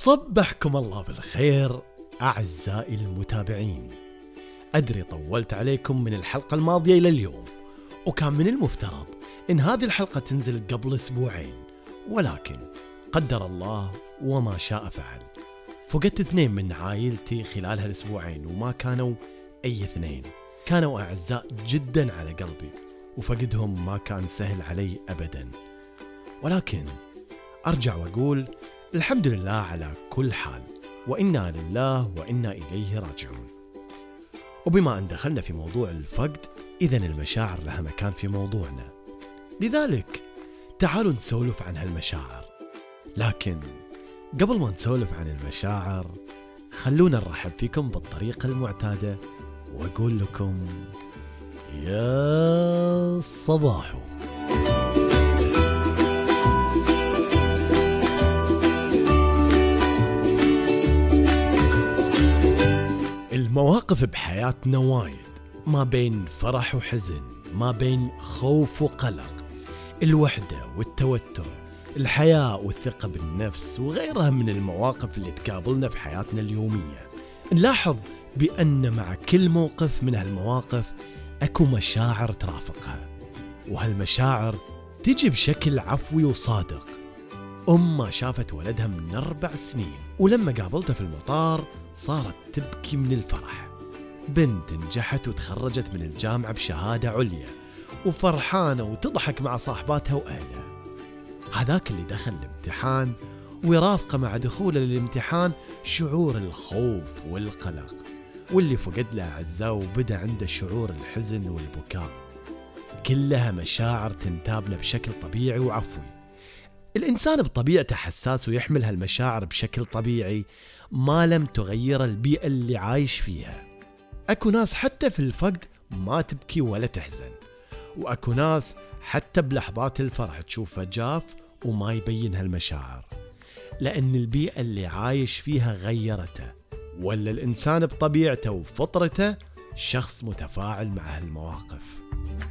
صبحكم الله بالخير أعزائي المتابعين. أدري طولت عليكم من الحلقة الماضية إلى اليوم، وكان من المفترض إن هذه الحلقة تنزل قبل أسبوعين، ولكن قدر الله وما شاء فعل. فقدت 2 من عائلتي خلال هالأسبوعين، وما كانوا أي 2، كانوا أعزاء جدا على قلبي، وفقدهم ما كان سهل علي أبدا. ولكن أرجع وأقول الحمد لله على كل حال، وإنا لله وإنا إليه راجعون. وبما أن دخلنا في موضوع الفقد، إذن المشاعر لها مكان في موضوعنا، لذلك تعالوا نسولف عن هالمشاعر. لكن قبل ما نسولف عن المشاعر، خلونا نرحب فيكم بالطريقة المعتادة وأقول لكم يا صباحو. المواقف بحياتنا وايد، ما بين فرح وحزن، ما بين خوف وقلق، الوحدة والتوتر، الحياء والثقة بالنفس، وغيرها من المواقف اللي تقابلنا في حياتنا اليومية. نلاحظ بأن مع كل موقف من هالمواقف أكو مشاعر ترافقها، وهالمشاعر تجي بشكل عفوي وصادق. ما شافت ولدها من 4 سنين، ولما قابلتها في المطار صارت تبكي من الفرح. بنت نجحت وتخرجت من الجامعة بشهادة عليا، وفرحانة وتضحك مع صاحباتها وأهلها. هذاك اللي دخل الامتحان ويرافقه مع دخوله للامتحان شعور الخوف والقلق، واللي فقد له أعزاء وبدأ عنده شعور الحزن والبكاء. كلها مشاعر تنتابنا بشكل طبيعي وعفوي. الإنسان بطبيعته حساس ويحمل هالمشاعر بشكل طبيعي ما لم تغير البيئة اللي عايش فيها. أكو ناس حتى في الفقد ما تبكي ولا تحزن، وأكو ناس حتى بلحظات الفرح تشوفه جاف وما يبين هالمشاعر، لأن البيئة اللي عايش فيها غيرته. ولا الإنسان بطبيعته وفطرته شخص متفاعل مع هالمواقف.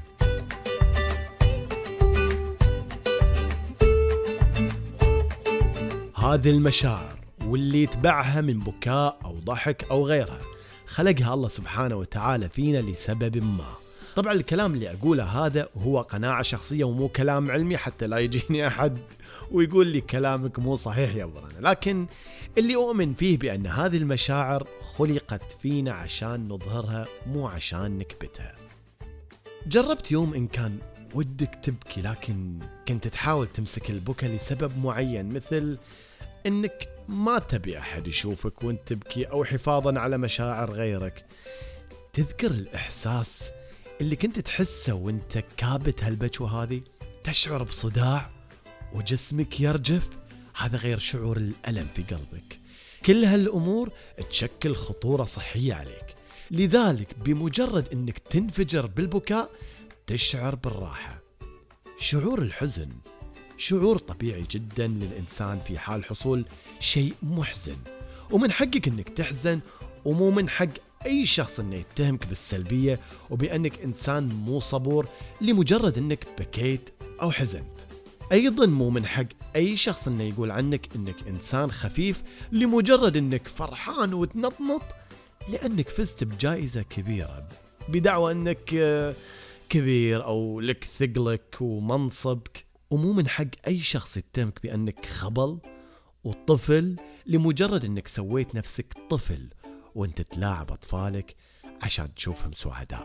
هذه المشاعر واللي يتبعها من بكاء أو ضحك أو غيرها خلقها الله سبحانه وتعالى فينا لسبب ما. طبعا الكلام اللي أقوله هذا هو قناعة شخصية ومو كلام علمي، حتى لا يجيني أحد ويقول لي كلامك مو صحيح يا برانا. لكن اللي أؤمن فيه بأن هذه المشاعر خلقت فينا عشان نظهرها مو عشان نكبتها. جربت يوم إن كان ودك تبكي لكن كنت تحاول تمسك البكا لسبب معين، مثل إنك ما تبي أحد يشوفك وانت تبكي، أو حفاظا على مشاعر غيرك. تذكر الإحساس اللي كنت تحسه وانت كابت هالبكوة هذه؟ تشعر بصداع وجسمك يرجف، هذا غير شعور الألم في قلبك. كل هالأمور تشكل خطورة صحية عليك، لذلك بمجرد إنك تنفجر بالبكاء تشعر بالراحة. شعور الحزن شعور طبيعي جدا للإنسان في حال حصول شيء محزن، ومن حقك إنك تحزن، ومو من حق أي شخص إنه يتهمك بالسلبية وبأنك إنسان مو صبور لمجرد إنك بكيت أو حزنت. أيضا مو من حق أي شخص إنه يقول عنك إنك إنسان خفيف لمجرد إنك فرحان وتنطنط لأنك فزت بجائزة كبيرة، بدعوى إنك كبير أو لك ثقلك ومنصبك. ومو من حق أي شخص يتهمك بأنك خبل وطفل لمجرد أنك سويت نفسك طفل وانت تلاعب أطفالك عشان تشوفهم سعداء.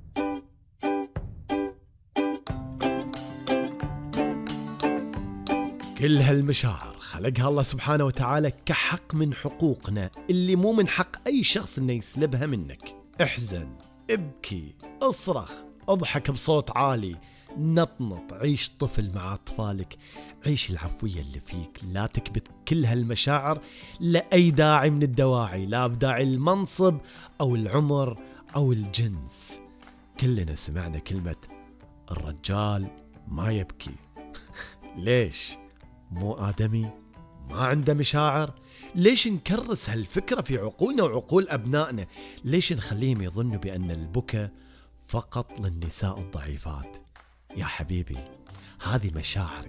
كل هالمشاعر خلقها الله سبحانه وتعالى كحق من حقوقنا اللي مو من حق أي شخص أنه يسلبها منك. احزن، ابكي، اصرخ، اضحك بصوت عالي، نطنط، عيش طفل مع أطفالك، عيش العفوية اللي فيك. لا تكبت كل هالمشاعر لأي داعي من الدواعي، لا بداعي المنصب أو العمر أو الجنس. كلنا سمعنا كلمة الرجال ما يبكي. ليش؟ مو آدمي؟ ما عنده مشاعر؟ ليش نكرس هالفكرة في عقولنا وعقول أبنائنا؟ ليش نخليهم يظنوا بأن البكاء فقط للنساء الضعيفات؟ يا حبيبي، هذه مشاعري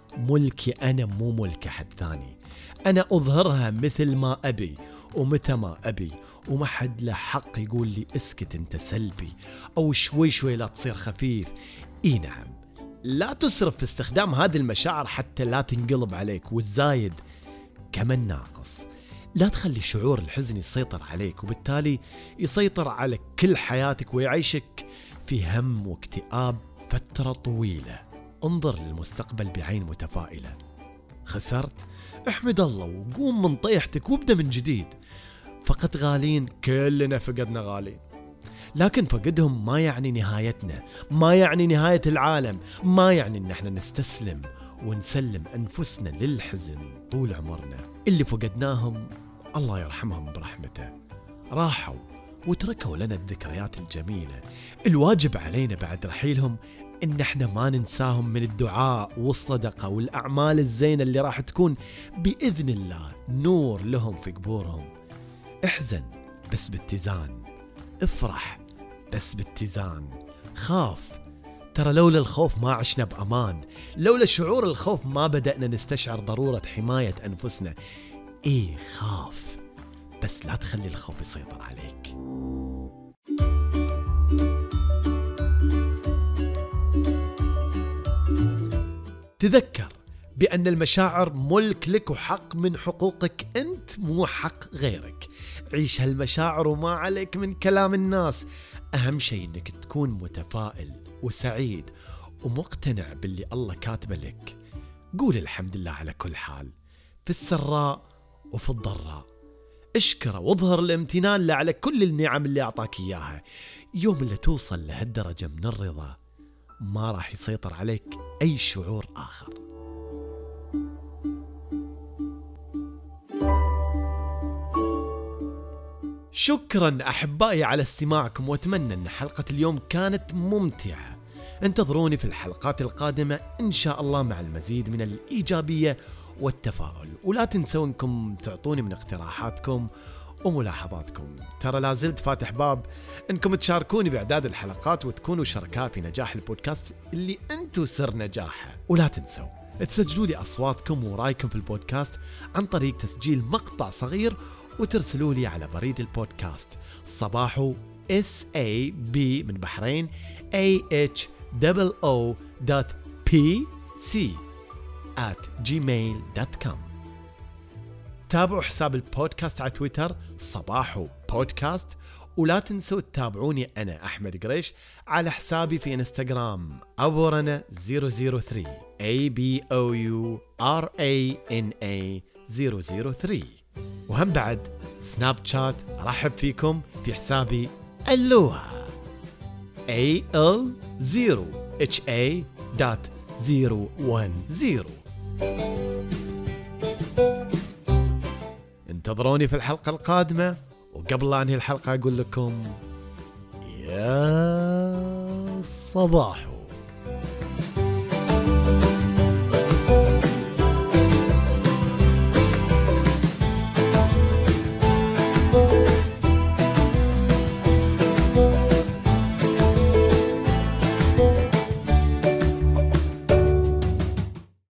ملكي أنا، مو ملك أحد ثاني. أنا أظهرها مثل ما أبي ومتى ما أبي، وما حد له حق يقول لي اسكت انت سلبي أو شوي شوي لا تصير خفيف. إي نعم، لا تسرف في استخدام هذه المشاعر حتى لا تنقلب عليك، والزايد كمان ناقص. لا تخلي شعور الحزن يسيطر عليك، وبالتالي يسيطر على كل حياتك ويعيشك في هم واكتئاب فترة طويلة. انظر للمستقبل بعين متفائلة. خسرت؟ احمد الله وقوم من طيحتك وابدأ من جديد. فقد غالين، كلنا فقدنا غالي، لكن فقدهم ما يعني نهايتنا، ما يعني نهاية العالم، ما يعني ان احنا نستسلم ونسلم أنفسنا للحزن طول عمرنا. اللي فقدناهم الله يرحمهم برحمته، راحوا وتركوا لنا الذكريات الجميلة. الواجب علينا بعد رحيلهم إن احنا ما ننساهم من الدعاء والصدقة والأعمال الزينة اللي راح تكون بإذن الله نور لهم في قبورهم. احزن بس باتزان، افرح بس باتزان، خاف، ترى لولا الخوف ما عشنا بأمان، لولا شعور الخوف ما بدأنا نستشعر ضرورة حماية أنفسنا. إيه، خاف بس لا تخلي الخوف يسيطر عليك. تذكر بأن المشاعر ملك لك وحق من حقوقك أنت، مو حق غيرك. عيش هالمشاعر وما عليك من كلام الناس. أهم شيء أنك تكون متفائل وسعيد ومقتنع باللي الله كاتبه لك. قول الحمد لله على كل حال، في السراء وفي الضراء. اشكره واظهر الامتنان له على كل النعم اللي أعطاك إياها. يوم اللي توصل لهالدرجة من الرضا ما راح يسيطر عليك أي شعور آخر. شكرا أحبائي على استماعكم، وأتمنى أن حلقة اليوم كانت ممتعة. انتظروني في الحلقات القادمة إن شاء الله مع المزيد من الإيجابية والتفاؤل. ولا تنسوا أنكم تعطوني من اقتراحاتكم وملاحظاتكم. ترى لازلت فاتح باب أنكم تشاركوني بإعداد الحلقات وتكونوا شركاء في نجاح البودكاست اللي أنتوا سر نجاحه. ولا تنسوا تسجلوا لي أصواتكم ورايكم في البودكاست عن طريق تسجيل مقطع صغير وترسلوا لي على بريد البودكاست صباحو SAB من بحرين AHOO.PC@gmail.com. تابعوا حساب البودكاست على تويتر صباحو بودكاست، ولا تنسوا تتابعوني أنا أحمد قريش على حسابي في انستغرام أبورنا 003 ABOURANA 003. وهم بعد سناب شات أرحب فيكم في حسابي اللوها AL0HA.010. انتظروني في الحلقة القادمة، وقبل لا أنهي الحلقة أقول لكم يا صباح.